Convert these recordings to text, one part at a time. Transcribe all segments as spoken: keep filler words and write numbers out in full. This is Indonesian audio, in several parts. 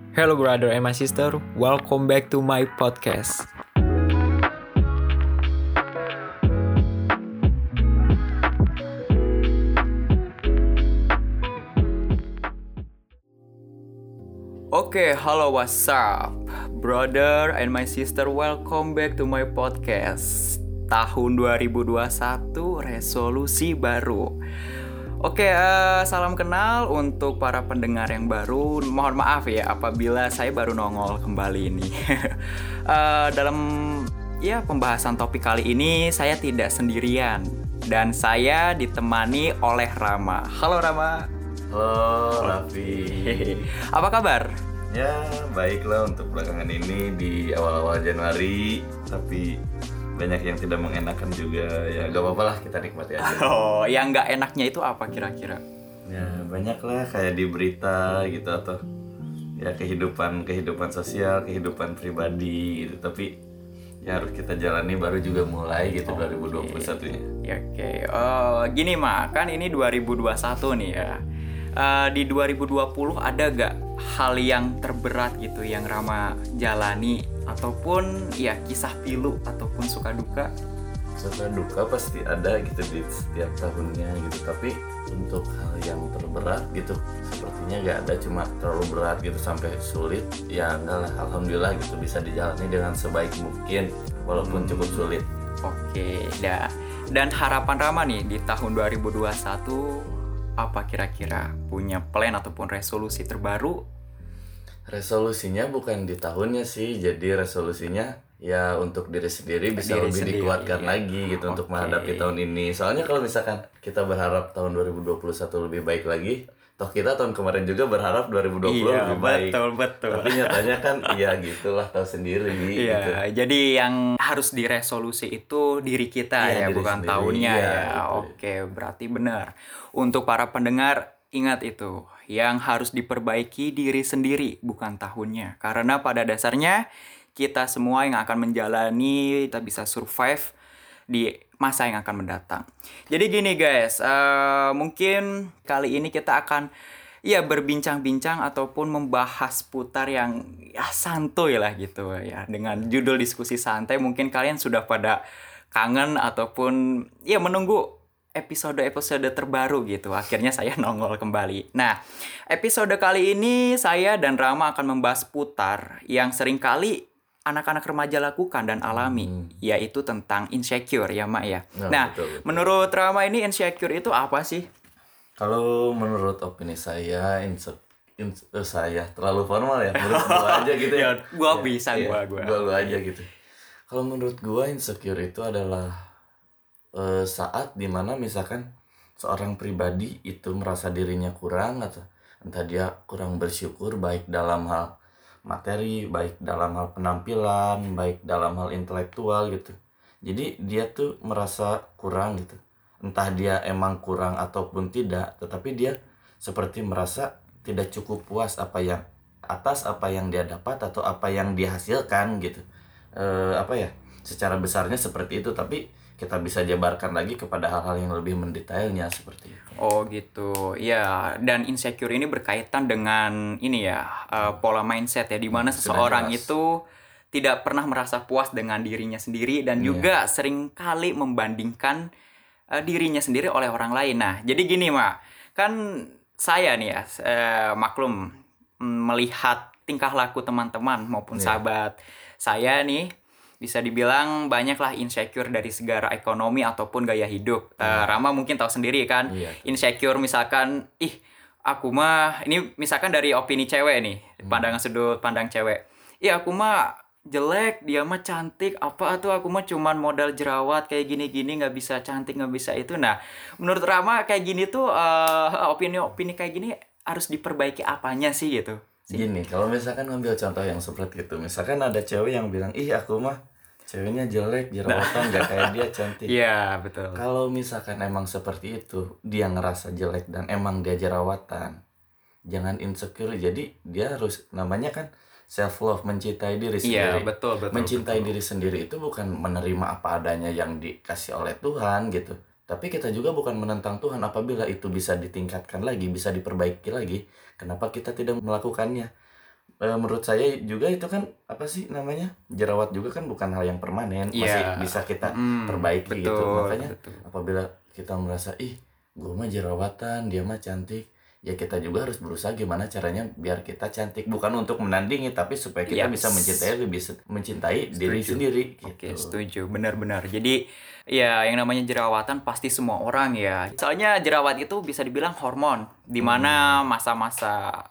Hello brother and my sister, welcome back to my podcast. Oke, halo what's up? Brother and my sister, welcome back to my podcast. Tahun dua ribu dua puluh satu, resolusi baru. Oke, uh, salam kenal untuk para pendengar yang baru. Mohon maaf ya apabila saya baru nongol kembali ini. uh, dalam ya pembahasan topik kali ini saya tidak sendirian dan saya ditemani oleh Rama. Halo Rama. Halo Raffi. Apa kabar? Ya baiklah untuk belakangan ini di awal-awal Januari, tapi banyak yang tidak mengenakan juga. Ya gak apa-apa lah, kita nikmati aja. Oh, yang gak enaknya itu apa kira-kira? Ya banyak lah, kayak di berita gitu, atau ya kehidupan kehidupan sosial, kehidupan pribadi gitu. Tapi ya harus kita jalani, baru juga mulai gitu. Okay. dua ribu dua puluh satu nya. Ya, oke, okay. oh, gini mah kan ini dua ribu dua puluh satu nih ya. Uh, di dua ribu dua puluh ada gak hal yang terberat gitu yang Rama jalani, ataupun ya kisah pilu ataupun suka duka? Suka duka pasti ada gitu di setiap tahunnya gitu, tapi untuk hal yang terberat gitu sepertinya gak ada, cuma terlalu berat gitu sampai sulit ya enggak lah. Alhamdulillah gitu bisa dijalani dengan sebaik mungkin walaupun hmm. cukup sulit. Oke, dah. Dan harapan Rama nih di tahun dua ribu dua puluh satu apa kira-kira? Punya plan ataupun resolusi terbaru? Resolusinya bukan di tahunnya sih, jadi resolusinya ya untuk diri sendiri bisa diri lebih sendiri, dikuatkan iya. lagi gitu okay. untuk menghadapi tahun ini. Soalnya kalau misalkan kita berharap tahun dua ribu dua puluh satu lebih baik lagi, toh kita tahun kemarin juga berharap dua ribu dua puluh iya, lebih baik. Betul, betul. Tapi nyatanya kan ya gitulah, tahu sendiri iya, gitu. Jadi yang harus diresolusi itu diri kita ya, ya diri bukan sendiri. Tahunnya ya. ya. Oke, berarti benar. Untuk para pendengar, ingat itu, yang harus diperbaiki diri sendiri, bukan tahunnya. Karena pada dasarnya, kita semua yang akan menjalani, kita bisa survive di masa yang akan mendatang. Jadi gini guys, uh, mungkin kali ini kita akan ya berbincang-bincang ataupun membahas putar yang ya santuy lah gitu ya. Dengan judul diskusi santai, mungkin kalian sudah pada kangen ataupun ya menunggu episode-episode terbaru gitu. Akhirnya saya nongol kembali. Nah, episode kali ini saya dan Rama akan membahas putar yang seringkali anak-anak remaja lakukan dan alami, hmm. yaitu tentang insecure ya Mak ya. Nah, nah betul, betul. Menurut Rama ini insecure itu apa sih? Kalau menurut opini saya, insecure ins- uh, saya terlalu formal ya. Menurut gua aja gitu ya. Gua ya, bisa ya, gua gua. Gua gua aja gitu. Kalau menurut gua insecure itu adalah Uh, saat dimana misalkan seorang pribadi itu merasa dirinya kurang, atau entah dia kurang bersyukur baik dalam hal materi, baik dalam hal penampilan, baik dalam hal intelektual gitu. Jadi dia tuh merasa kurang gitu. Entah dia emang kurang ataupun tidak, tetapi dia seperti merasa tidak cukup puas apa yang atas apa yang dia dapat atau apa yang dia hasilkan gitu. Uh, apa ya? Secara besarnya seperti itu, tapi kita bisa jabarkan lagi kepada hal-hal yang lebih mendetailnya seperti itu. Oh gitu, ya. Dan insecure ini berkaitan dengan ini ya, uh, pola mindset ya, di mana seseorang itu tidak pernah merasa puas dengan dirinya sendiri dan yeah. juga seringkali membandingkan uh, dirinya sendiri oleh orang lain. Nah, jadi gini Mak, kan saya nih ya, uh, maklum melihat tingkah laku teman-teman maupun yeah. sahabat saya nih, bisa dibilang banyaklah insecure dari segala ekonomi ataupun gaya hidup. Hmm. Uh, Rama mungkin tahu sendiri kan, iya. Insecure misalkan, ih aku mah, ini misalkan dari opini cewek nih, hmm. pandangan sudut pandang cewek. Ih aku mah jelek, dia mah cantik, apa tuh aku mah cuman modal jerawat kayak gini-gini, nggak bisa cantik, nggak bisa itu. Nah, menurut Rama kayak gini tuh, uh, opini-opini kayak gini harus diperbaiki apanya sih gitu? Gini, kalau misalkan ngambil contoh yang seperti itu, misalkan ada cewek yang bilang, ih aku mah ceweknya jelek, jerawatan, gak kayak dia cantik. Iya, betul. Kalau misalkan emang seperti itu, dia ngerasa jelek dan emang dia jerawatan, jangan insecure. Jadi dia harus, namanya kan self love, mencintai diri sendiri. Iya, betul, betul. Mencintai betul. diri sendiri itu bukan menerima apa adanya yang dikasih oleh Tuhan gitu. Tapi kita juga bukan menentang Tuhan apabila itu bisa ditingkatkan lagi, bisa diperbaiki lagi. Kenapa kita tidak melakukannya? eh, menurut saya juga itu kan apa sih namanya, jerawat juga kan bukan hal yang permanen, masih Iya. bisa kita Mm, perbaiki gitu. betul, Makanya betul. apabila kita merasa ih gue mah jerawatan, dia mah cantik, ya kita juga harus berusaha gimana caranya biar kita cantik, bukan untuk menandingi tapi supaya kita bisa Yaps. mencintai lebih se- mencintai diri Setuju. sendiri Oke, gitu. setuju. Benar-benar. Jadi, ya yang namanya jerawatan pasti semua orang ya. Soalnya jerawat itu bisa dibilang hormon, di mana masa-masa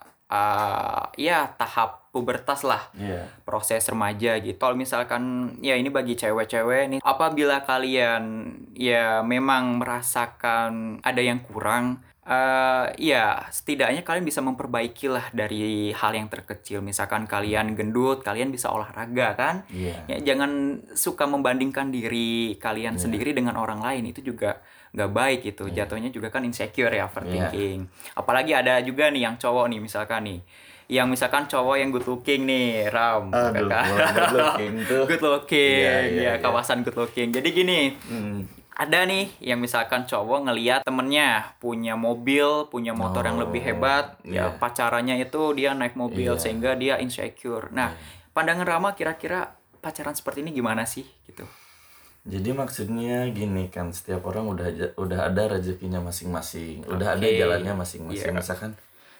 uh, ya tahap pubertas lah, Iya. proses remaja gitu. Kalau misalkan ya ini bagi cewek-cewek nih, apabila kalian ya memang merasakan ada yang kurang, eh ya setidaknya kalian bisa memperbaiki lah dari hal yang terkecil. Misalkan kalian gendut, kalian bisa olahraga kan? Iya. Ya jangan suka membandingkan diri kalian Iya. sendiri dengan orang lain, itu juga nggak baik gitu. Iya. Jatuhnya juga kan insecure ya, Iya. overthinking. Apalagi ada juga nih yang cowok nih misalkan nih. Yang misalkan cowok yang good looking nih, Ram. Aduh, Kakak. good looking tuh. Good looking, Iya, iya, ya iya. kawasan good looking. Jadi gini, Hmm. ada nih yang misalkan cowok ngeliat temennya punya mobil, punya motor yang lebih Oh, hebat, ya iya. pacarannya itu dia naik mobil Iya. sehingga dia insecure. Nah, pandangan Rama kira-kira pacaran seperti ini gimana sih gitu? Jadi maksudnya gini kan, setiap orang udah aja- udah ada rezekinya masing-masing, udah ada Oke. jalannya masing-masing. Iya. Misalkan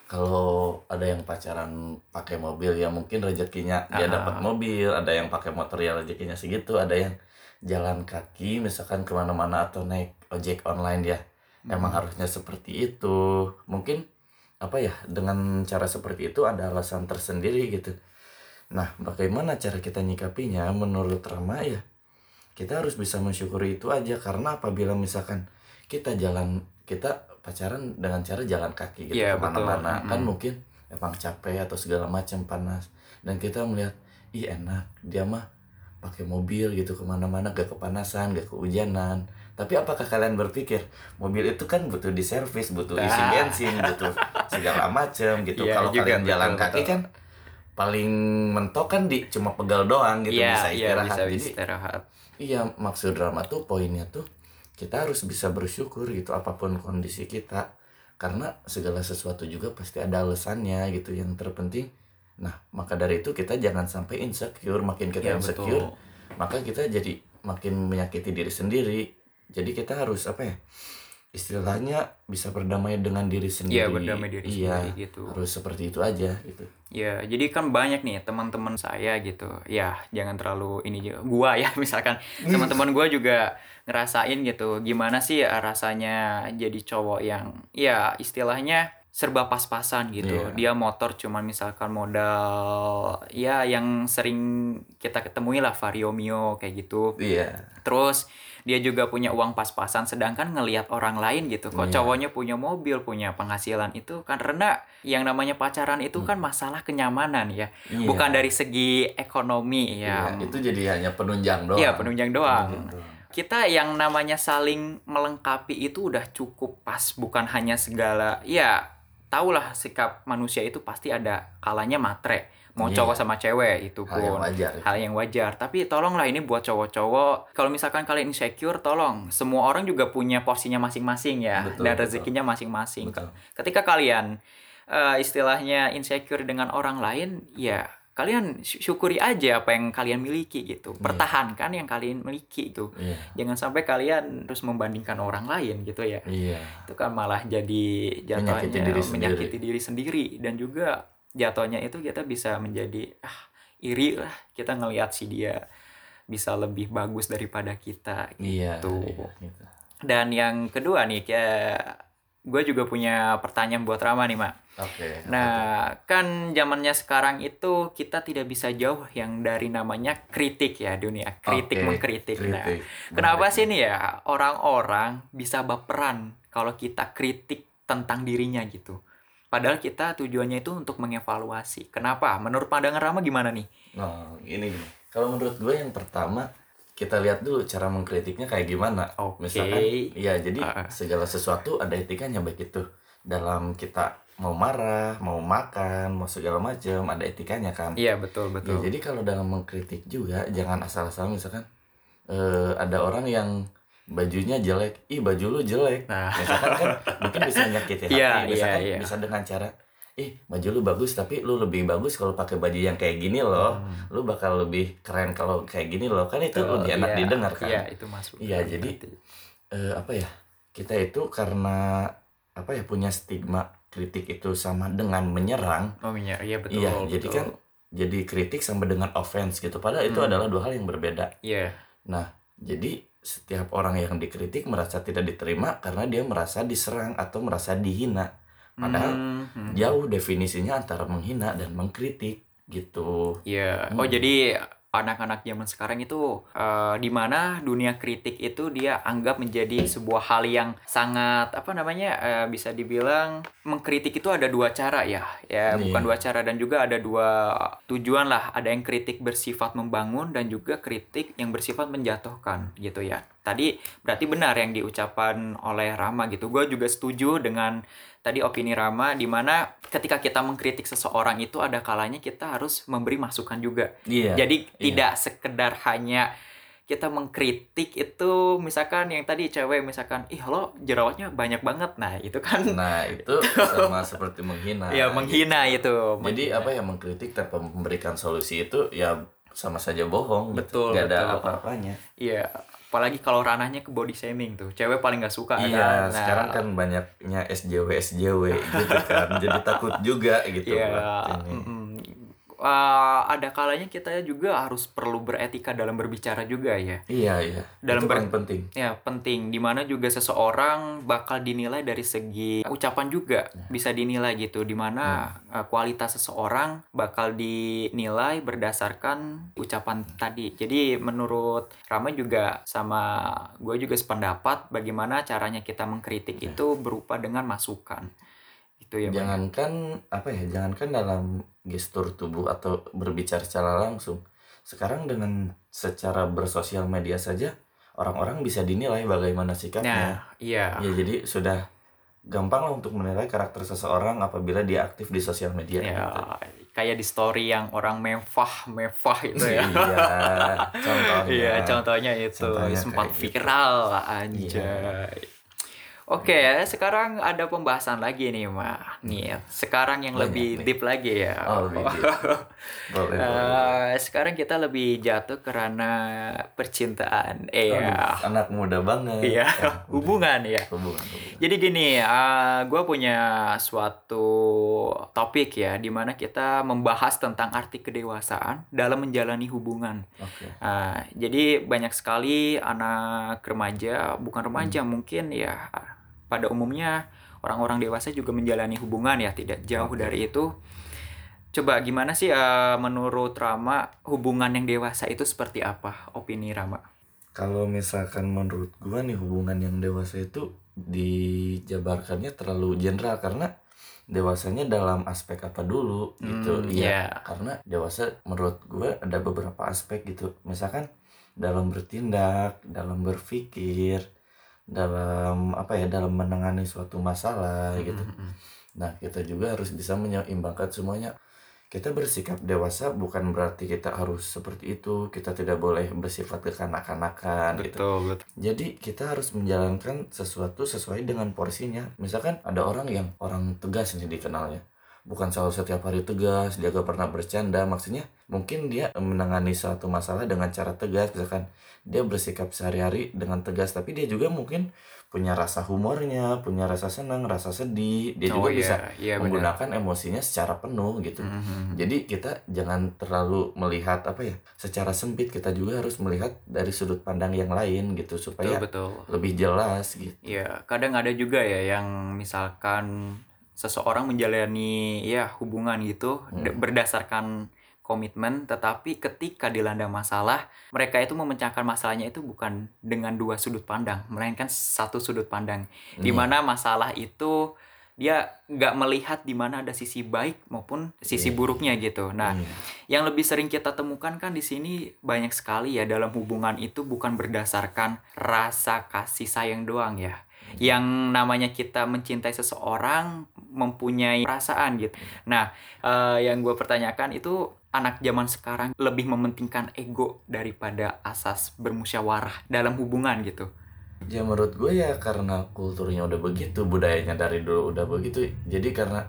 kalau ada yang pacaran pakai mobil ya mungkin rezekinya dia Ah. dapat mobil, ada yang pakai motor ya rezekinya segitu, ada yang jalan kaki misalkan kemana-mana atau naik ojek online ya emang harusnya seperti itu. Mungkin apa ya, dengan cara seperti itu ada alasan tersendiri gitu. Nah, bagaimana cara kita nyikapinya menurut Rama ya? Kita harus bisa mensyukuri itu aja, karena apabila misalkan kita jalan kita pacaran dengan cara jalan kaki gitu Iya, kemana-mana betul. kan Mm-mm. mungkin emang capek atau segala macam panas, dan kita melihat ih enak dia mah pakai mobil gitu kemana-mana gak kepanasan gak kehujanan. Tapi apakah kalian berpikir mobil itu kan butuh diservis, butuh isi Ah. bensin, butuh segala macam gitu. Iya, Kalau juga, kalian jalan betul, kaki betul. kan paling mentok kan di cuma pegal doang gitu, Iya, bisa iya istirahat. bisa Jadi istirahat. iya, maksud drama tuh poinnya tuh kita harus bisa bersyukur gitu apapun kondisi kita, karena segala sesuatu juga pasti ada alasannya gitu. Yang terpenting, nah maka dari itu kita jangan sampai insecure. Makin kita Iya, insecure, betul. maka kita jadi makin menyakiti diri sendiri. Jadi kita harus apa ya, istilahnya bisa berdamai dengan diri sendiri. Iya, berdamai diri Iya, sendiri gitu. harus seperti itu aja gitu. Ya, jadi kan banyak nih teman-teman saya gitu. Ya, jangan terlalu ini juga. Gua ya, misalkan teman-teman gua juga ngerasain gitu. Gimana sih ya rasanya jadi cowok yang ya istilahnya serba pas-pasan gitu. Iya. Dia motor cuman misalkan modal ya yang sering kita ketemui lah Vario Mio kayak gitu. Iya. Terus dia juga punya uang pas-pasan, sedangkan ngelihat orang lain gitu kok Iya. cowoknya punya mobil, punya penghasilan, itu kan karena yang namanya pacaran itu kan masalah kenyamanan ya, Iya. bukan dari segi ekonomi ya. Iya, itu jadi hanya penunjang doang. Iya, penunjang doang. Penunjang doang. Kita yang namanya saling melengkapi itu udah cukup pas, bukan hanya segala ya tahulah sikap manusia itu pasti ada kalanya matre. Mau Iya. cowok sama cewek itu Hal yang pun wajar. hal yang wajar. Tapi tolonglah ini buat cowok-cowok, kalau misalkan kalian insecure, tolong semua orang juga punya porsinya masing-masing ya, Betul, dan betul. rezekinya masing-masing. Betul. Ketika kalian eh, istilahnya insecure dengan orang lain, ya kalian sy- syukuri aja apa yang kalian miliki gitu. Pertahankan yang kalian miliki itu. Iya. Jangan sampai kalian terus membandingkan orang lain gitu ya. Iya. Itu kan malah jadi jatuhnya Menyakiti diri sendiri. menyakiti diri sendiri, dan juga jatuhnya itu kita bisa menjadi ah iri lah kita ngelihat si dia bisa lebih bagus daripada kita Iya. gitu. Iya, gitu. Dan yang kedua nih, kayak gue juga punya pertanyaan buat Rama nih, Mak. Oke. apa tuh? Nah, kan zamannya sekarang itu kita tidak bisa jauh yang dari namanya kritik ya, dunia kritik Oke, mengkritik. Nah, kritik. kenapa Menarik sih nih ya orang-orang bisa baperan kalau kita kritik tentang dirinya gitu? Padahal kita tujuannya itu untuk mengevaluasi. Kenapa? Menurut pandangan Rama gimana nih? Nah, ini gini. Kalau menurut gue yang pertama kita lihat dulu cara mengkritiknya kayak gimana. Oke. Misalkan, iya jadi Ah, ah. segala sesuatu ada etikanya, baik itu dalam kita mau marah, mau makan, mau segala macam ada etikanya kan. Iya, betul, Ya, betul. jadi kalau dalam mengkritik juga jangan asal-asalan. Misalkan eh, ada orang yang bajunya jelek, ih baju lu jelek. Nah. Misalkan kan mungkin bisa menyakiti hati, Iya, misalkan iya, iya. bisa dengan cara, ih baju lu bagus tapi lu lebih bagus kalau pakai baju yang kayak gini loh, Hmm. lu bakal lebih keren kalau kayak gini loh, kan itu Betul, lebih enak iya, didengar iya kan. itu masuk Iya kan jadi berarti. eh, apa ya, kita itu karena apa ya punya stigma kritik itu sama dengan menyerang. Oh iya, iya betul, Iya jadi betul. kan jadi kritik sama dengan offense gitu, padahal itu Hmm. adalah dua hal yang berbeda. Iya. Nah jadi setiap orang yang dikritik merasa tidak diterima karena dia merasa diserang atau merasa dihina, padahal Hmm, hmm. jauh definisinya antara menghina dan mengkritik gitu. Iya. Oh Mm. jadi anak-anak zaman sekarang itu eh, di mana dunia kritik itu dia anggap menjadi sebuah hal yang sangat apa namanya eh, bisa dibilang mengkritik itu ada dua cara ya. Ya bukan Iya. dua cara dan juga ada dua tujuan lah. Ada yang kritik bersifat membangun dan juga kritik yang bersifat menjatuhkan gitu ya. Tadi berarti benar yang diucapkan oleh Rama gitu. Gue juga setuju dengan tadi opini Rama di mana ketika kita mengkritik seseorang itu ada kalanya kita harus memberi masukan juga. Iya. Jadi Iya. tidak sekedar hanya kita mengkritik itu misalkan yang tadi cewek misalkan ih lo jerawatnya banyak banget. Nah, itu kan Nah, itu sama seperti menghina. ya menghina gitu. itu. Jadi menghina. apa ya mengkritik tanpa memberikan solusi itu ya sama saja bohong gitu. Betul, Gak ada betul. apa-apanya. Iya, apalagi kalau ranahnya ke body shaming tuh. Cewek paling gak suka Iya, kan. Nah, sekarang kan banyaknya S J W S J W gitu kan. Jadi takut juga gitu Iya, buat ini. mm-mm. Uh, ada kalanya kita juga harus perlu beretika dalam berbicara juga ya. Iya, iya. Dalam itu ber- paling penting. Ya penting, dimana juga seseorang bakal dinilai dari segi ucapan juga bisa dinilai gitu, dimana uh, kualitas seseorang bakal dinilai berdasarkan ucapan tadi. Jadi menurut Rama juga sama gue juga sependapat bagaimana caranya kita mengkritik itu berupa dengan masukan. Itu ya, Bang. Jangankan apa ya, jangankan dalam gestur tubuh atau berbicara secara langsung. Sekarang dengan secara bersosial media saja orang-orang bisa dinilai bagaimana sikapnya. Nah, iya. Ya jadi sudah gampang lah untuk menilai karakter seseorang apabila dia aktif di sosial media Ya, gitu. kayak di story yang orang mewah mewah itu ya. Iya, contohnya. Iya, contohnya itu Contohnya sempat kayak gitu. viral anjay. Oke, sekarang ada pembahasan lagi nih, Ma. Nih, sekarang yang Banyak lebih nih. deep lagi ya. Oh, lebih deep. Boleh, boleh. Eh, sekarang kita lebih jatuh ke ranah percintaan. Eh, ya. Aduh, anak muda banget. Iya, Anak muda. hubungan ya. Hubungan, hubungan. Jadi gini, gue punya suatu topik ya, di mana kita membahas tentang arti kedewasaan dalam menjalani hubungan. Oke. Uh, jadi banyak sekali anak remaja, bukan remaja mungkin ya, pada umumnya orang-orang dewasa juga menjalani hubungan ya, tidak jauh Oke. dari itu. Coba gimana sih uh, menurut Rama hubungan yang dewasa itu seperti apa? Opini Rama? Kalau misalkan menurut gua nih hubungan yang dewasa itu dijabarkannya terlalu general karena dewasanya dalam aspek apa dulu gitu. Hmm, Iya. iya. Karena dewasa menurut gua ada beberapa aspek gitu. Misalkan dalam bertindak, dalam berpikir, dalam apa ya, dalam menangani suatu masalah gitu. Mm-mm. Nah, kita juga harus bisa menyeimbangkan semuanya. Kita bersikap dewasa bukan berarti kita harus seperti itu. Kita tidak boleh bersifat kekanak-kanakan gitu. Betul, betul. Jadi kita harus menjalankan sesuatu sesuai dengan porsinya. Misalkan ada orang yang orang tegas nih dikenalnya, bukan selalu setiap hari tegas, dia gak pernah bercanda. Maksudnya mungkin dia menangani suatu masalah dengan cara tegas. Misalkan dia bersikap sehari-hari dengan tegas, tapi dia juga mungkin punya rasa humornya, punya rasa senang, rasa sedih. Dia Oh juga iya, bisa iya benar. menggunakan emosinya secara penuh gitu. Mhm. Jadi kita jangan terlalu melihat apa ya, secara sempit. Kita juga harus melihat dari sudut pandang yang lain gitu supaya Betul, betul. lebih jelas gitu. Iya, kadang ada juga ya yang misalkan seseorang menjalani ya hubungan gitu de- berdasarkan komitmen, tetapi ketika dilanda masalah, mereka itu memecahkan masalahnya itu bukan dengan dua sudut pandang, melainkan satu sudut pandang, di mana masalah itu dia nggak melihat di mana ada sisi baik maupun sisi Iya. buruknya gitu. Nah, Iya. yang lebih sering kita temukan kan di sini banyak sekali ya, dalam hubungan itu bukan berdasarkan rasa kasih sayang doang ya. Yang namanya kita mencintai seseorang mempunyai perasaan gitu. Nah, eh, yang gue pertanyakan itu anak zaman sekarang lebih mementingkan ego daripada asas bermusyawarah dalam hubungan gitu. Ya menurut gue ya karena kulturnya udah begitu, budayanya dari dulu udah begitu. Jadi karena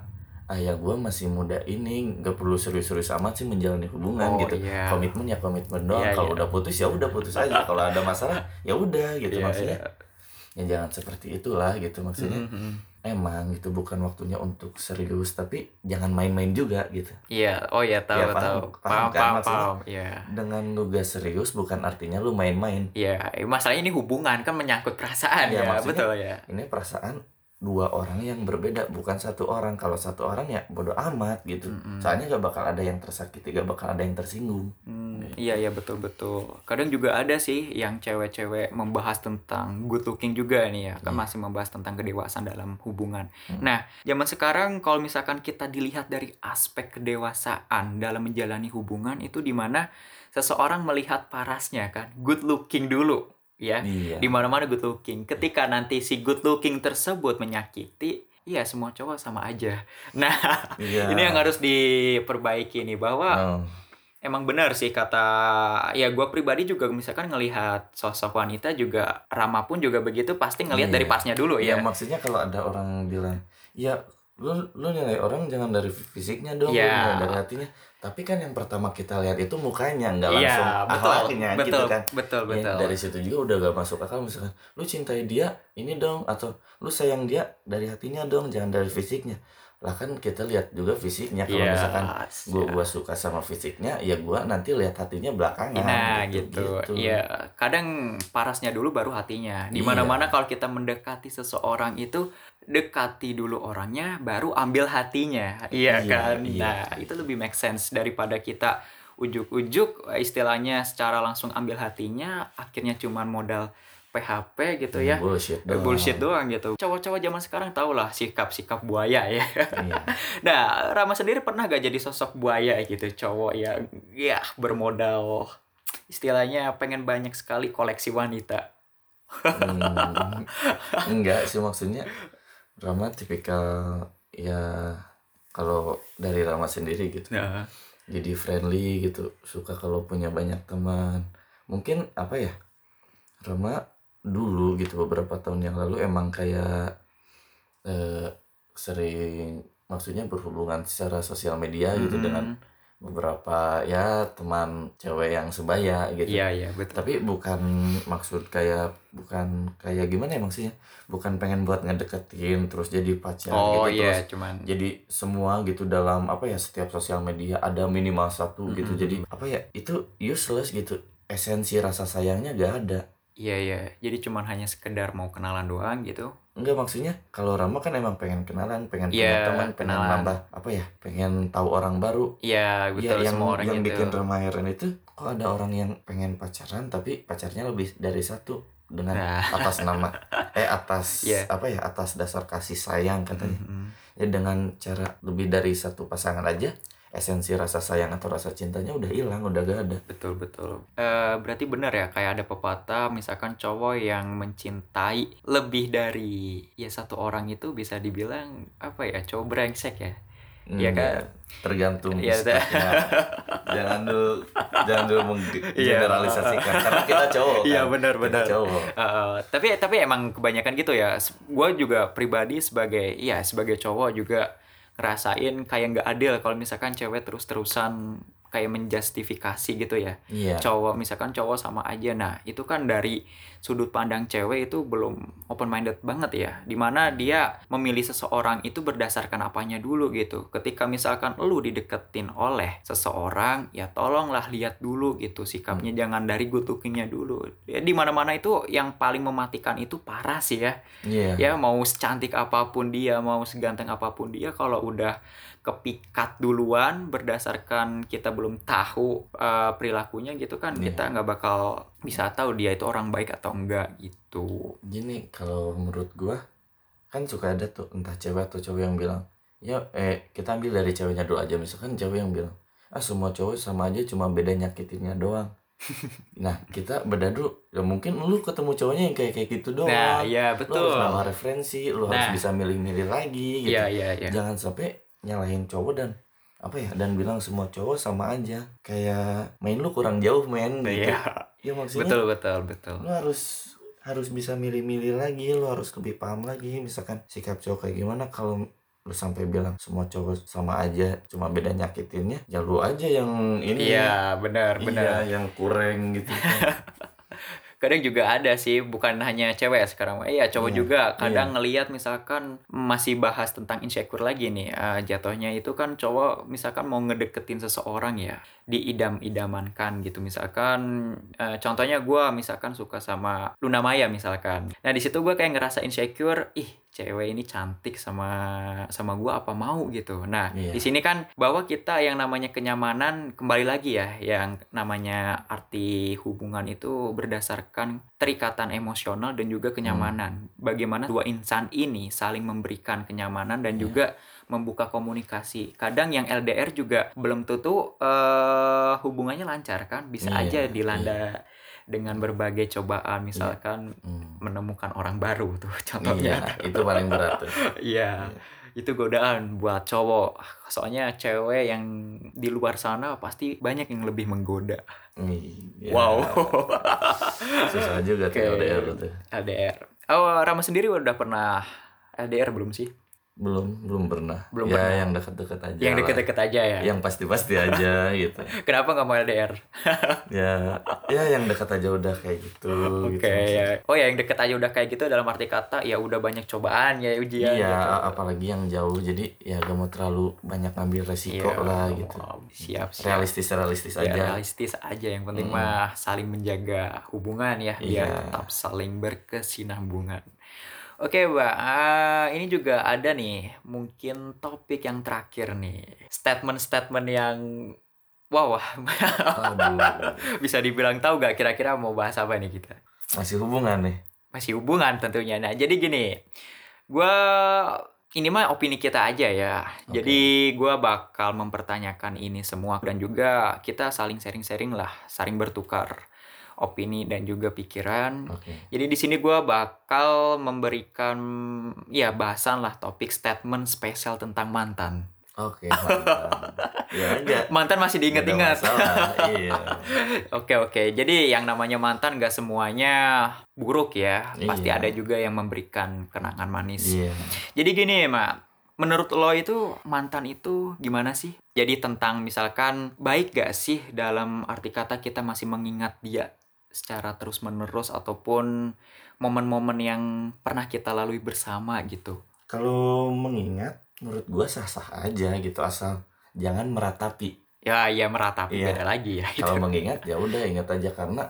ayah gue masih muda ini, nggak perlu serius-serius amat sih menjalani hubungan Oh gitu. iya. Komitmen ya komitmen doang. Iya, Kalau iya. udah putus ya udah putus aja. Kalau ada masalah ya udah gitu Iya, maksudnya. iya. Ya jangan seperti itulah gitu maksudnya. Mhm. Emang gitu bukan waktunya untuk serius, tapi jangan main-main juga gitu. Iya, oh ya tahu Ya tahu. paham, paham Paham kan paham maksudnya. paham. Iya. Dengan lu gak serius bukan artinya lu main-main. Iya, masalahnya ini hubungan kan menyangkut perasaan Ya, ya, maksudnya betul ya. ini perasaan dua orang yang berbeda, bukan satu orang. Kalau satu orang ya bodo amat gitu. Mm-mm. Soalnya gak bakal ada yang tersakiti, gak bakal ada yang tersinggung. Hmm, iya iya betul betul. Kadang juga ada sih yang cewek-cewek membahas tentang good looking juga nih ya, kan Iya. masih membahas tentang kedewasaan dalam hubungan. Hmm. Nah, zaman sekarang kalau misalkan kita dilihat dari aspek kedewasaan dalam menjalani hubungan itu di mana seseorang melihat parasnya kan, good looking dulu ya. Iya. Di mana-mana good looking. Ketika nanti si good looking tersebut menyakiti, iya semua cowok sama aja. Nah, Iya. ini yang harus diperbaiki nih bahwa Oh. emang benar sih kata ya gue pribadi juga misalkan ngelihat sosok wanita juga Rama pun juga begitu pasti ngelihat Iya. dari pasnya dulu Ya ya. maksudnya kalau ada orang bilang, ya lu lu nilai orang jangan dari fisiknya dong, lu Iya. nilai dari hatinya. Tapi kan yang pertama kita lihat itu mukanya, nggak Iya, langsung betul, akhlaknya gitu betul, kan. betul, Ya, betul. dari situ juga udah gak masuk akal misalkan lu cintai dia ini dong, atau lu sayang dia dari hatinya dong, jangan dari fisiknya. Lah kan kita lihat juga fisiknya. Kalau Iya, misalkan gua siap. gua suka sama fisiknya, ya gua nanti lihat hatinya belakangan. Nah gitu, gitu, gitu. Iya kadang parasnya dulu baru hatinya. Di Iya. mana-mana kalau kita mendekati seseorang itu dekati dulu orangnya, baru ambil hatinya, iya Iya, kan? iya. Nah itu lebih make sense daripada kita ujuk-ujuk istilahnya secara langsung ambil hatinya, akhirnya cuman modal P H P gitu ya. Bullshit Eh, doang. bullshit doang gitu. Cowok-cowok zaman sekarang tau lah sikap-sikap buaya ya. Iya. Nah, Rama sendiri pernah gak jadi sosok buaya gitu, cowok yang ya bermodal istilahnya pengen banyak sekali koleksi wanita. Hmm, enggak sih maksudnya Rama tipikal ya kalau dari Rama sendiri gitu. Nah, Jadi friendly gitu, suka kalau punya banyak teman. Mungkin apa ya? Rama dulu gitu beberapa tahun yang lalu emang kayak eh, sering maksudnya berhubungan secara sosial media gitu mm-mm. dengan beberapa ya teman cewek yang sebaya gitu. Iya iya betul. Tapi bukan maksud kayak bukan kayak gimana ya maksudnya? Bukan pengen buat ngedeketin terus jadi pacar Oh gitu iya, terus cuman jadi semua gitu dalam apa ya setiap sosial media ada minimal satu gitu. Mm-mm. Jadi apa ya itu useless gitu. Esensi rasa sayangnya gak ada. iya iya. Jadi cuman hanya sekedar mau kenalan doang gitu. Enggak maksudnya kalau Rama kan emang pengen kenalan, pengen punya Iya, teman, pengen kenalan. nambah apa ya? Pengen tahu orang baru. Iya, Ya betul yang semua orang yang itu. bikin Rama heran itu kok ada orang yang pengen pacaran tapi pacarnya lebih dari satu dengan Nah. atas nama eh atas Iya. apa ya atas dasar kasih sayang katanya. Mm-mm. Ya dengan cara lebih dari satu pasangan aja esensi rasa sayang atau rasa cintanya udah hilang, udah gak ada. Betul betul. Eh berarti benar ya kayak ada pepatah misalkan cowok yang mencintai lebih dari ya satu orang itu bisa dibilang apa ya cowok brengsek ya. Iya kan? Enggak, tergantung Iya, sifatnya. Jangan dulu jangan dulu menggeneralisasikan karena kita cowok kan. Iya, benar, Kita benar. cowok. Eh, tapi tapi emang kebanyakan gitu ya. Gue juga pribadi sebagai ya sebagai cowok juga ngerasain kayak nggak adil kalau misalkan cewek terus-terusan kayak menjustifikasi gitu ya. Iya. Cowok misalkan cowok sama aja. Nah, itu kan dari sudut pandang cewek itu belum open minded banget ya. Dimana dia memilih seseorang itu berdasarkan apanya dulu gitu. Ketika misalkan lu dideketin oleh seseorang, ya tolonglah lihat dulu gitu sikapnya, jangan dari good lookingnya dulu. Ya di mana-mana itu yang paling mematikan itu parah sih ya. Iya. Ya mau secantik apapun dia, mau seganteng apapun dia, kalau udah kepikat duluan berdasarkan kita belum tahu uh, perilakunya gitu kan, Iya. kita nggak bakal bisa tahu dia itu orang baik atau enggak gitu. Gini kalau menurut gua kan suka ada tuh entah cewek atau cowok yang bilang, "Ya eh kita ambil dari ceweknya dulu aja." Misalkan cewek yang bilang, "Ah semua cowok sama aja cuma beda nyakitinnya doang." Nah, kita beda dulu. Ya mungkin lu ketemu cowoknya yang kayak kayak gitu doang. Nah, iya Lu betul. harus nambah referensi, lu Nah. harus bisa milih-milih lagi gitu. Iya iya iya. Jangan sampai nyalahin cowok dan apa ya dan bilang semua cowok sama aja. Kayak main lu kurang jauh men gitu. Iya. Ya maksudnya Betul betul betul. lu harus harus bisa milih-milih lagi, lu harus lebih paham lagi misalkan sikap cowok kayak gimana. Kalau lu sampai bilang semua cowok sama aja, cuma beda nyakitinnya, ya lu aja yang ini. Iya, benar, Iya, benar. yang kurang gitu kan. Kadang juga ada sih, bukan hanya cewek sekarang. Iya, cowok Iya, juga. Kadang iya. ngelihat misalkan masih bahas tentang insecure lagi nih. eh, jatuhnya itu kan cowok misalkan mau ngedeketin seseorang ya, diidam-idamankan gitu. Misalkan eh, contohnya gue misalkan suka sama Luna Maya misalkan. Nah, di situ gue kayak ngerasa insecure, ih, cewek ini cantik sama sama gue apa mau gitu. Nah, Iya. di sini kan bahwa kita yang namanya kenyamanan kembali lagi ya, yang namanya arti hubungan itu berdasarkan terikatan emosional dan juga kenyamanan. Bagaimana dua insan ini saling memberikan kenyamanan dan Iya. juga membuka komunikasi. Kadang yang L D R juga belum tentu eh, hubungannya lancar kan, bisa Iya, aja iya. dilanda dengan berbagai cobaan, misalkan Hmm. menemukan orang baru tuh Iya, contohnya. itu paling berat tuh. Iya, itu godaan buat cowok. Soalnya cewek yang di luar sana pasti banyak yang lebih menggoda. Iya. Wow. Susah juga tuh Oke, L D R tuh. L D R. Oh, Rama sendiri udah pernah L D R belum sih? Belum, belum pernah. Belum ya pernah. yang dekat-dekat aja Yang lah. deket-deket aja ya? Yang pasti-pasti aja gitu. Kenapa nggak mau L D R? Ya, ya yang dekat aja udah kayak gitu. Oke, gitu. ya. Oh ya, yang deket aja udah kayak gitu dalam arti kata ya udah banyak cobaan ya, ujian Iya, gitu. apalagi yang jauh, jadi ya gak mau terlalu banyak ngambil resiko Iya, lah nggak gitu. mau. Siap, siap. Realistis realistis Ya, aja. realistis aja, yang penting Mm. mah saling menjaga hubungan ya, biar Iya. tetap saling berkesinambungan. Oke, Mbak, ah, ini juga ada nih mungkin topik yang terakhir nih, statement-statement yang wow, Aduh, bisa dibilang tahu gak kira-kira mau bahas apa nih kita? masih hubungan nih. Masih hubungan tentunya. Nah, jadi gini, gue ini mah opini kita aja ya. Oke. Jadi gue bakal mempertanyakan ini semua dan juga kita saling sharing-sharing lah, saling bertukar opini dan juga pikiran. Oke. Jadi di sini gue bakal memberikan ya bahasan lah, topik statement spesial tentang mantan. Oke, mantan. Ya aja. Mantan masih Nggak ada diinget-inget. masalah, iya. Oke, oke. Jadi yang namanya mantan gak semuanya buruk ya. Pasti Iya. ada juga yang memberikan kenangan manis. Iya. Jadi gini, Mak. Menurut lo itu mantan itu gimana sih? Jadi tentang misalkan baik gak sih dalam arti kata kita masih mengingat dia secara terus-menerus ataupun momen-momen yang pernah kita lalui bersama gitu. Kalau mengingat, menurut gua sah-sah aja gitu, asal jangan meratapi. Ya, ya meratapi Iya. beda lagi ya. Kalau mengingat ya udah ingat aja, karena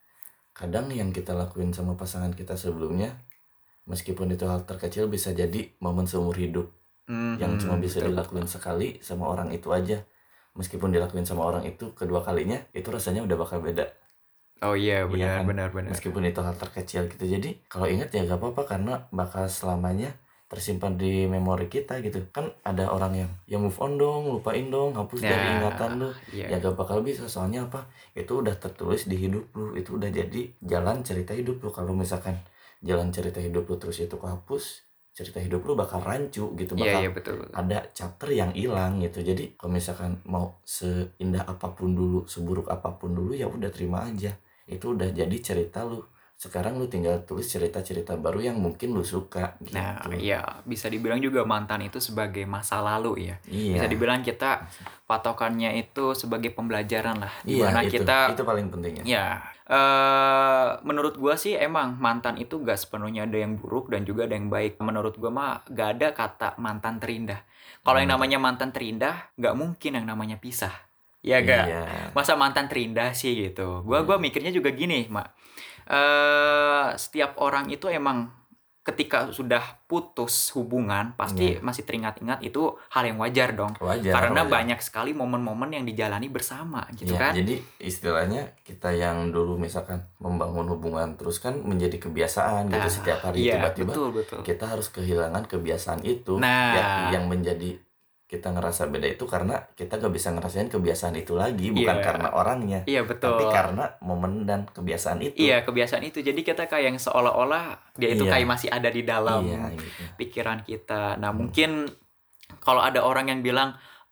kadang yang kita lakuin sama pasangan kita sebelumnya, meskipun itu hal terkecil, bisa jadi momen seumur hidup Mhm, yang cuma bisa betul, dilakuin sekali sama orang itu aja. Meskipun dilakuin sama orang itu kedua kalinya, itu rasanya udah bakal beda. Oh iya, Iya benar, kan? benar, benar. Meskipun itu hal terkecil gitu. Jadi kalau ingat ya gak apa-apa, karena bakal selamanya tersimpan di memori kita gitu. Kan ada orang yang ya move on dong, lupain dong, hapus dari Nah, ingatan lu. iya. Ya gak bakal bisa, soalnya apa? Itu udah tertulis di hidup lu, itu udah jadi jalan cerita hidup lu. Kalau misalkan jalan cerita hidup lu terus itu kehapus, cerita hidup lu bakal rancu gitu, Iya, bakal iya, betul, betul. ada chapter yang hilang gitu. Jadi kalau misalkan mau seindah apapun dulu, seburuk apapun dulu, ya udah terima aja. Itu udah jadi cerita lu. Sekarang lu tinggal tulis cerita-cerita baru yang mungkin lu suka gitu. Nah, iya, bisa dibilang juga mantan itu sebagai masa lalu ya. Iya. Bisa dibilang kita patokannya itu sebagai pembelajaran lah, di Iya, mana itu, kita itu paling penting ya. ya eh menurut gua sih emang mantan itu gak sepenuhnya ada yang buruk dan juga ada yang baik. Menurut gua mah gak ada kata mantan terindah. Kalau yang Hmm. namanya mantan terindah, gak mungkin yang namanya pisah. Ya gak? Iya. Masa mantan terindah sih gitu. Gua gua mikirnya juga gini, Mak. Eh setiap orang itu emang ketika sudah putus hubungan pasti Iya. masih teringat-ingat, itu hal yang wajar dong. Wajar, Karena wajar. banyak sekali momen-momen yang dijalani bersama gitu Iya, kan. jadi istilahnya kita yang dulu misalkan membangun hubungan terus kan menjadi kebiasaan gitu, Nah, setiap hari iya, tiba-tiba betul, betul. kita harus kehilangan kebiasaan itu. Nah. Ya, yang menjadi kita ngerasa beda itu karena kita gak bisa ngerasain kebiasaan itu lagi, bukan Iya. karena orangnya, Iya, betul. tapi karena momen dan kebiasaan itu. Iya, kebiasaan itu. Jadi kita kayak yang seolah-olah dia itu Iya. kayak masih ada di dalam Iya, gitu. pikiran kita. Nah, mungkin kalau ada orang yang bilang,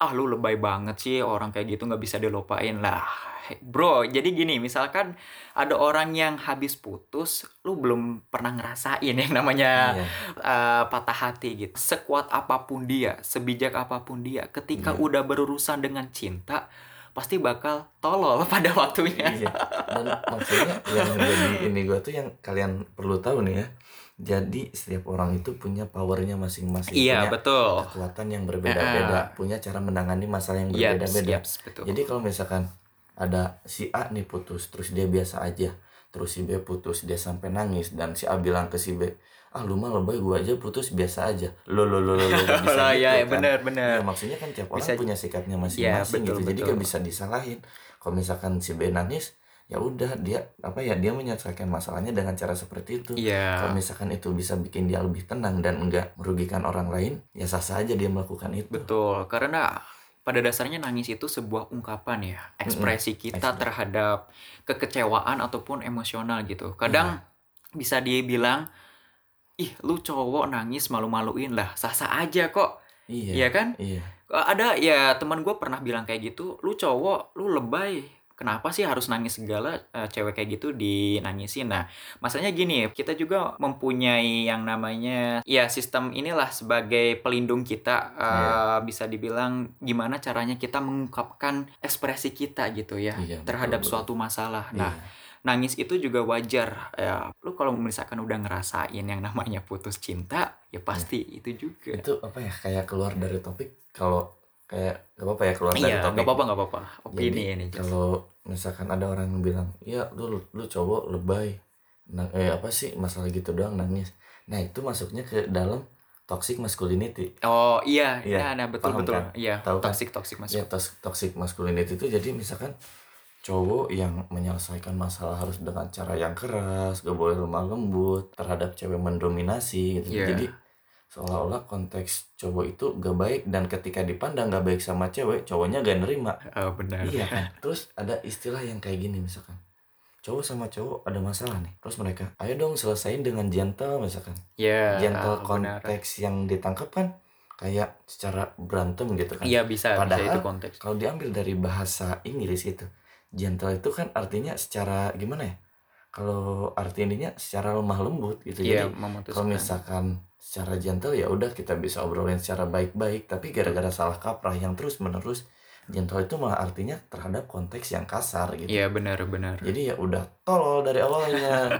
"Ah, lu lebay banget sih, orang kayak gitu nggak bisa dilupain." Lah, Bro, jadi gini, misalkan ada orang yang habis putus, lu belum pernah ngerasain yang namanya, Iya, eee, patah hati gitu. Sekuat apapun dia, sebijak apapun dia, ketika iya, udah berurusan dengan cinta, pasti bakal tolol pada waktunya. iya. Dan maksudnya yang jadi ini gua tuh yang kalian perlu tahu nih ya. Jadi setiap orang itu punya powernya masing-masing, Iya, punya betul. kekuatan yang berbeda-beda, Heeh. punya cara menangani masalah yang Yaps berbeda-beda. yaps, betul. Jadi kalau misalkan ada si A nih putus, terus dia biasa aja, terus si B putus, dia sampai nangis, dan si A bilang ke si B, ah lu mah lebay, gua aja putus biasa aja. Lo lo lo lo lo gak bisa Lah, gitu ya, kan. bener bener. Iya maksudnya kan tiap orang Bisa punya sikapnya ya, masing-masing betul gitu, jadi betul. gak bisa disalahin. Kalau misalkan si B nangis, ya udah dia apa ya dia menyelesaikan masalahnya dengan cara seperti itu. Kalau Iya, misalkan itu bisa bikin dia lebih tenang dan enggak merugikan orang lain, ya sah-sah aja dia melakukan itu. betul. Karena pada dasarnya nangis itu sebuah ungkapan ya, Mm-mm. ekspresi kita Expert. terhadap kekecewaan ataupun emosional gitu. Kadang Iya, bisa dibilang, "Ih, lu cowok nangis malu-maluin." Lah, sah-sah aja kok. iya, Iya kan? iya, Eee, ada ya teman gue pernah bilang kayak gitu, "Lu cowok, lu lebay. Kenapa sih harus nangis segala, eee, cewek kayak gitu dinangisin." Nah, masalahnya gini, kita juga mempunyai yang namanya, ya sistem inilah sebagai pelindung kita, iya, eee, bisa dibilang gimana caranya kita mengungkapkan ekspresi kita gitu ya, iya, betul, terhadap betul. suatu masalah. Nah, Iya, nangis itu juga wajar, ya lu kalau misalkan udah ngerasain yang namanya putus cinta, ya iya. pasti itu juga. Itu apa ya, kayak keluar dari topik, kalau kayak gak apa-apa ya keluar Iya, dari nggak topik. apa-apa nggak apa-apa. Jadi Opini ini just. kalau misalkan ada orang yang bilang, ya lu lu cowok lebay, nah, eh apa sih masalah gitu doang nangis. Nah itu masuknya ke dalam toxic masculinity. Oh, iya. Iya, Nah nah, betul paham betul. kan? Iya, Tahu kan? toxic toxic Ya masuk. tos- toxic masculinity itu jadi misalkan cowok yang menyelesaikan masalah harus dengan cara yang keras, gak boleh lemah lembut, terhadap cewek mendominasi gitu. Jadi Iya. seolah-olah konteks cowok itu gak baik, dan ketika dipandang gak baik sama cewek, cowoknya gak nerima. Oh, benar. Iya kan? Terus ada istilah yang kayak gini misalkan, cowok sama cowok ada masalah nih, terus mereka, ayo dong selesain dengan gentle misalkan. Iya, Gentle benar. konteks yang ditangkap kan kayak secara berantem gitu kan. Iya, bisa bisa itu Padahal konteks. kalau diambil dari bahasa Inggris itu, gentle itu kan artinya secara gimana ya? Kalau arti ininya secara lemah lembut gitu. Iya, Jadi kalau memutuskan. misalkan secara gentle ya udah kita bisa obrolin secara baik-baik, tapi gara-gara salah kaprah yang terus-menerus, gentle itu malah artinya terhadap konteks yang kasar gitu. Iya, benar benar. Jadi ya udah tolol dari awalnya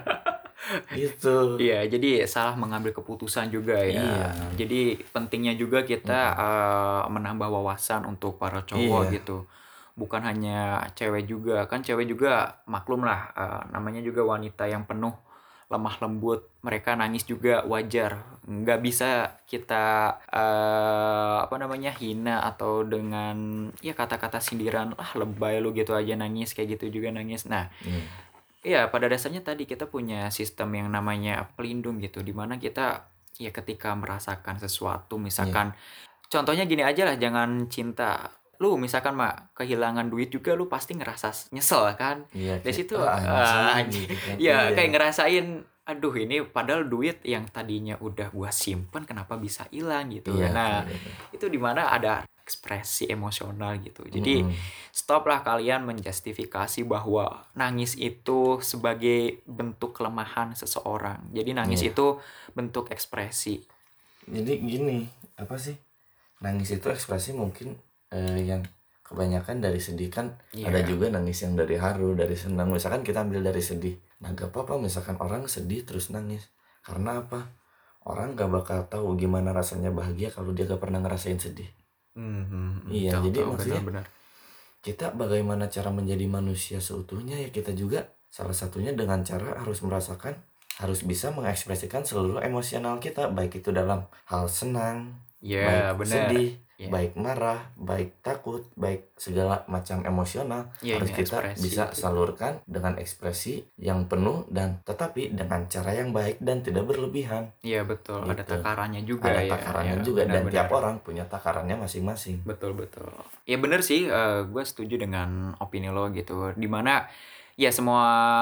gitu. Iya, jadi salah mengambil keputusan juga ya. Iya. Jadi pentingnya juga kita, Mm-mm. eee, menambah wawasan untuk para cowok Iya, gitu. Bukan hanya cewek juga, kan cewek juga maklum lah, eee, namanya juga wanita yang penuh lemah lembut, mereka nangis juga wajar. Nggak bisa kita, eee, apa namanya, hina atau dengan ya kata-kata sindiran, "Ah, lebay lu gitu aja nangis, kayak gitu juga nangis." Nah, iya, iya, pada dasarnya tadi kita punya sistem yang namanya pelindung gitu, di mana kita ya ketika merasakan sesuatu, iya, misalkan contohnya gini aja lah, jangan cinta. Lu misalkan Mak, kehilangan duit juga lu pasti ngerasa s nyesel kan? iya, Dari kayak situ, ah eee, anjing anjing gitu kan. ya Iya, kayak ngerasain, aduh ini padahal duit yang tadinya udah gua simpen kenapa bisa hilang gitu iya, ya. Nah, kayak gitu. itu di mana ada ekspresi emosional gitu. Jadi, Mm-mm. stoplah kalian menjustifikasi bahwa nangis itu sebagai bentuk kelemahan seseorang. Jadi nangis Iya. itu bentuk ekspresi. Jadi gini, apa sih? Nangis itu ekspresi mungkin eh, yang kebanyakan dari sedih kan, ada Iya. juga nangis yang dari haru, dari senang. Misalkan kita ambil dari sedih. Nah, gak apa-apa misalkan orang sedih terus nangis. Karena apa? Orang gak bakal tahu gimana rasanya bahagia kalau dia gak pernah ngerasain sedih. Mhm, Iya, tahu jadi tahu, maksudnya benar-benar. kita bagaimana cara menjadi manusia seutuhnya, ya kita juga salah satunya dengan cara harus merasakan, harus bisa mengekspresikan seluruh emosional kita, baik itu dalam hal senang, Iya, baik benar. sedih, Iya. baik marah, baik takut, baik segala macam emosional, Iya, harus ini kita ekspresi bisa itu. salurkan dengan ekspresi yang penuh, dan tetapi dengan cara yang baik dan tidak berlebihan. Iya, betul. Ada Gitu. takarannya juga Ada ya. takarannya Ya, juga, dan benar-benar. tiap orang punya takarannya masing-masing. Betul betul. Ya bener sih, eee, gue setuju dengan opini lo gitu. Di mana ya semua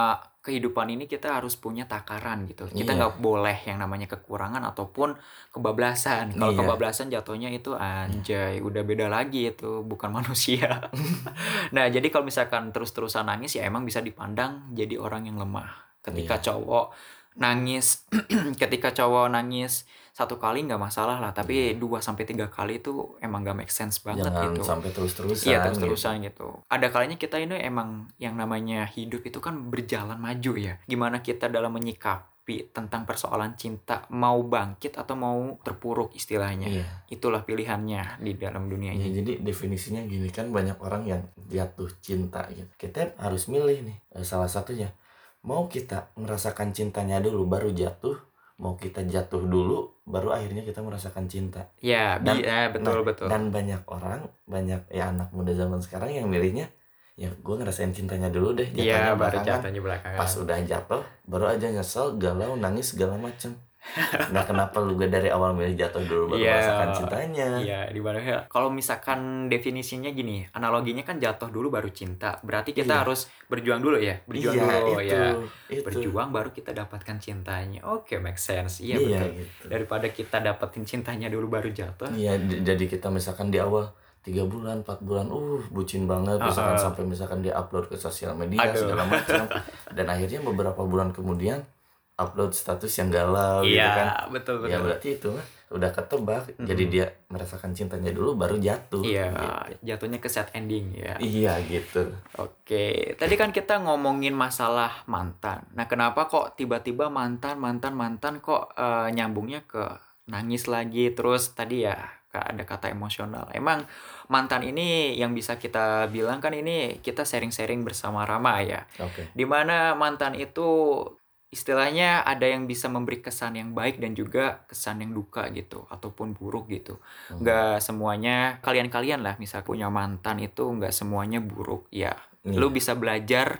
kehidupan ini kita harus punya takaran gitu. Kita Iya. nggak boleh yang namanya kekurangan ataupun kebablasan. Kalau Iya. kebablasan jatuhnya itu anjay, udah beda lagi itu, bukan manusia. Nah, jadi kalau misalkan terus-terusan nangis ya emang bisa dipandang jadi orang yang lemah. Ketika Iya. cowok nangis, ketika cowok nangis satu kali nggak masalah lah, tapi dua sampai tiga kali itu emang nggak make sense banget Jangan gitu. sampai terus-terusan. Iya, terus-terusan gitu. Ada kalanya kita ini emang yang namanya hidup itu kan berjalan maju ya. Gimana kita dalam menyikapi tentang persoalan cinta, mau bangkit atau mau terpuruk istilahnya. Iya. Itulah pilihannya di dalam dunia Ya, ini. jadi definisinya gini kan, banyak orang yang jatuh cinta gitu. Kita harus milih nih, eh, salah satunya. Mau kita merasakan cintanya dulu baru jatuh, mau kita jatuh dulu baru akhirnya kita merasakan cinta. Ya, Dan- bi- eh, betul nah, betul. Dan banyak orang, banyak ya anak muda zaman sekarang yang milihnya, ya gue ngerasain cintanya dulu deh, Iya, jatuhnya baru belakangan. jatuhnya belakangan. Pas udah jatuh, baru aja nyesel, galau, nangis segala macem. Nah, kenapa lu gak dari awal milih jatuh dulu baru Iya. merasakan cintanya? Iya, di mana ya? Kalau misalkan definisinya gini, analoginya kan jatuh dulu baru cinta. Berarti kita Iya. harus berjuang dulu ya, berjuang Iya, dulu itu, ya. itu. Berjuang baru kita dapatkan cintanya. Oke, make sense. Iya, Iya, betul. gitu. Daripada kita dapetin cintanya dulu baru jatuh. Iya, d- jadi kita misalkan di awal tiga bulan, empat bulan, uh, bucin banget, misalkan Uh-uh. sampai misalkan dia upload ke sosial media Aduh. segala macam, dan akhirnya beberapa bulan kemudian upload status yang galau gitu kan. Iya, betul Ya betul. berarti itu mah udah ketebak, jadi dia merasakan cintanya dulu baru jatuh. Iya, Gitu. jatuhnya ke sad ending ya. Iya gitu. Oke, tadi kan kita ngomongin masalah mantan. Nah, kenapa kok tiba-tiba mantan, mantan, mantan kok eh, nyambungnya ke nangis lagi, terus tadi ya ka- ada kata emosional. Emang mantan ini yang bisa kita bilang kan ini kita sharing-sharing bersama Rama ya. Oke. Dimana mantan itu istilahnya ada yang bisa memberi kesan yang baik dan juga kesan yang duka gitu ataupun buruk gitu. Hmm. Nggak semuanya kalian-kalian lah misal punya mantan itu nggak semuanya buruk ya. Iya. Lu bisa belajar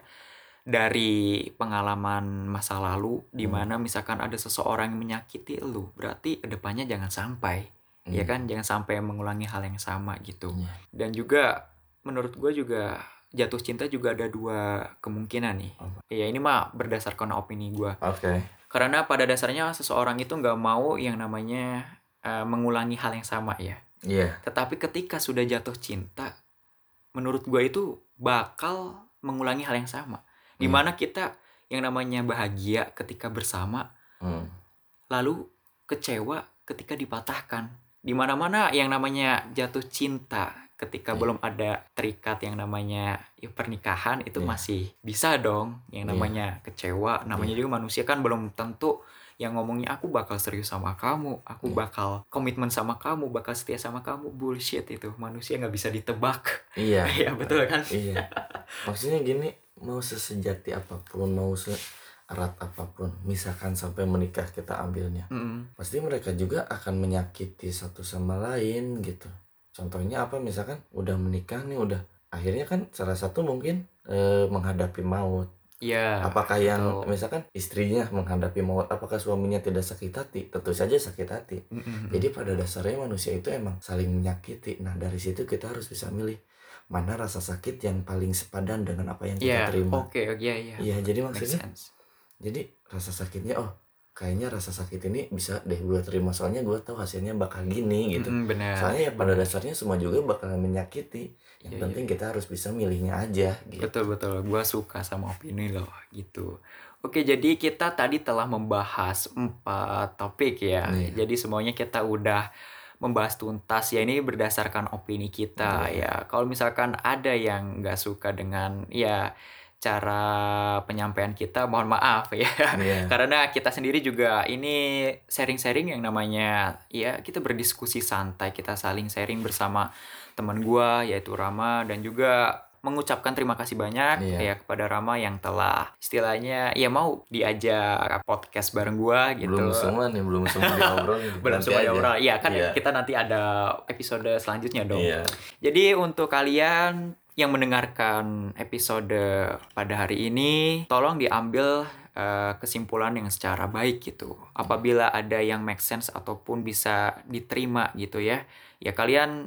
dari pengalaman masa lalu di Hmm. mana misalkan ada seseorang yang menyakiti lu, berarti kedepannya jangan sampai. Ya Hmm. kan, jangan sampai mengulangi hal yang sama gitu. Iya. Dan juga menurut gue juga jatuh cinta juga ada dua kemungkinan nih. Apa? Ya ini mah berdasarkan opini gue. Oke. Karena pada dasarnya seseorang itu nggak mau yang namanya eh, mengulangi hal yang sama ya. Iya. Tetapi ketika sudah jatuh cinta, menurut gue itu bakal mengulangi hal yang sama. Dimana kita yang namanya bahagia ketika bersama, Hmm. lalu kecewa ketika dipatahkan. Di mana-mana yang namanya jatuh cinta ketika Iya. belum ada terikat yang namanya ya, pernikahan itu Iya. masih bisa dong yang Iya. namanya kecewa. Namanya Iya. juga manusia kan belum tentu yang ngomongnya aku bakal serius sama kamu, aku Iya. bakal komitmen sama kamu, bakal setia sama kamu. Bullshit itu. Manusia nggak bisa ditebak. Iya. Ya betul kan? Iya. Maksudnya gini, mau sesejati apapun, mau seerat apapun, misalkan sampai menikah kita ambilnya, Mm-mm. pasti mereka juga akan menyakiti satu sama lain gitu. Contohnya apa, misalkan udah menikah nih, udah akhirnya kan salah satu mungkin eh, menghadapi maut. Ya. Apakah yang betul. misalkan istrinya menghadapi maut, apakah suaminya tidak sakit hati? Tentu saja sakit hati. Mm-mm. Jadi pada dasarnya manusia itu emang saling menyakiti. Nah, dari situ kita harus bisa milih mana rasa sakit yang paling sepadan dengan apa yang Ya, kita terima. oke, iya, iya. Iya, jadi Make maksudnya, sense. jadi rasa sakitnya, oh kayaknya rasa sakit ini bisa deh gue terima, soalnya gue tahu hasilnya bakal gini gitu. Mm-mm, benar. Soalnya ya pada dasarnya semua juga bakal menyakiti. Yang Iya, penting kita harus bisa milihnya aja gitu. Betul betul, gue suka sama opini lo gitu. Oke, jadi kita tadi telah membahas empat topik ya. Iya. Jadi semuanya kita udah membahas tuntas ya, ini berdasarkan opini kita Iya. ya. Kalau misalkan ada yang nggak suka dengan ya cara penyampaian kita, mohon maaf ya. Iya. Karena kita sendiri juga ini sharing-sharing yang namanya ya kita berdiskusi santai, kita saling sharing bersama teman gua yaitu Rama, dan juga mengucapkan terima kasih banyak Iya. ya kepada Rama yang telah istilahnya ya mau diajak podcast bareng gua gitu. Belum semua nih, belum semua diobrolin. Belum Nanti semua aja. diobrol. Iya kan, Iya. kita nanti ada episode selanjutnya dong. Iya. Jadi untuk kalian yang mendengarkan episode pada hari ini, tolong diambil eh, kesimpulan yang secara baik gitu. Apabila ada yang make sense ataupun bisa diterima gitu ya, ya kalian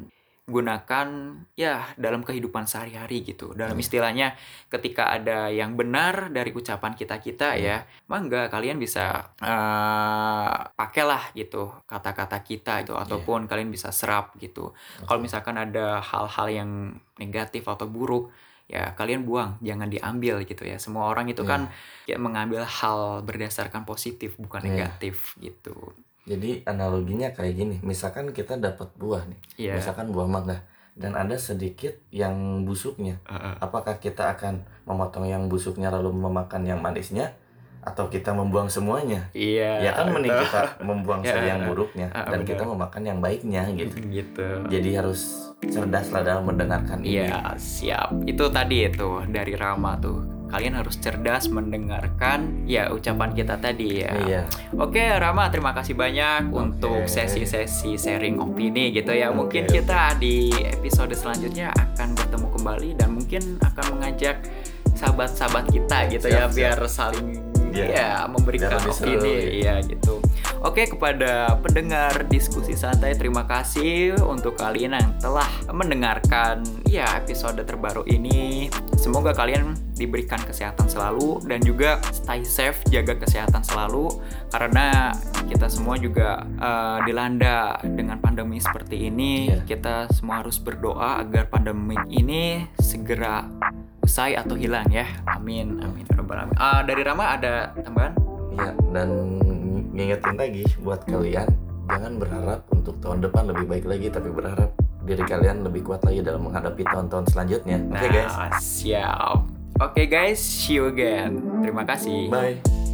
gunakan ya dalam kehidupan sehari-hari gitu. Dalam istilahnya ketika ada yang benar dari ucapan kita-kita ya, mangga kalian bisa uh, pakailah gitu kata-kata kita gitu, ataupun kalian bisa serap gitu. Kalau misalkan ada hal-hal yang negatif atau buruk, ya kalian buang, jangan diambil gitu ya. Semua orang itu kan ya mengambil hal berdasarkan positif bukan negatif gitu. Jadi analoginya kayak gini, misalkan kita dapat buah nih, Iya. misalkan buah mangga, dan ada sedikit yang busuknya. Uh-uh. Apakah kita akan memotong yang busuknya lalu memakan yang manisnya, atau kita membuang semuanya? Iya. Ya kan mending betul. kita membuang Ya, saja yang buruknya uh, dan benar. kita memakan yang baiknya gitu. Gitu. Jadi harus cerdas lah dalam mendengarkan ini. Iya, siap. Itu tadi itu dari Rama tuh. Kalian harus cerdas mendengarkan ya ucapan kita tadi ya. Iya. Oke, Rama, terima kasih banyak Oke. untuk sesi-sesi sharing opini gitu ya. Oke, Mungkin oke. kita di episode selanjutnya akan bertemu kembali dan mungkin akan mengajak sahabat-sahabat kita gitu ya, Siap, siap. biar saling Iya. ya memberikan Biar lebih seru, opini iya. ya gitu. Oke, kepada pendengar diskusi santai, terima kasih untuk kalian yang telah mendengarkan ya episode terbaru ini. Semoga kalian diberikan kesehatan selalu dan juga stay safe, jaga kesehatan selalu karena kita semua juga uh, dilanda dengan pandemi seperti ini. Iya. Kita semua harus berdoa agar pandemi ini segera usai atau hilang ya. Amin, amin. Ya Rabbal alamin. Ah, dari Rama ada tambahan? Iya, dan ngingetin lagi buat kalian, jangan berharap untuk tahun depan lebih baik lagi, tapi berharap diri kalian lebih kuat lagi dalam menghadapi tahun-tahun selanjutnya. Oke, Nah, guys. siap. Oke guys, see you again. Terima kasih. Bye.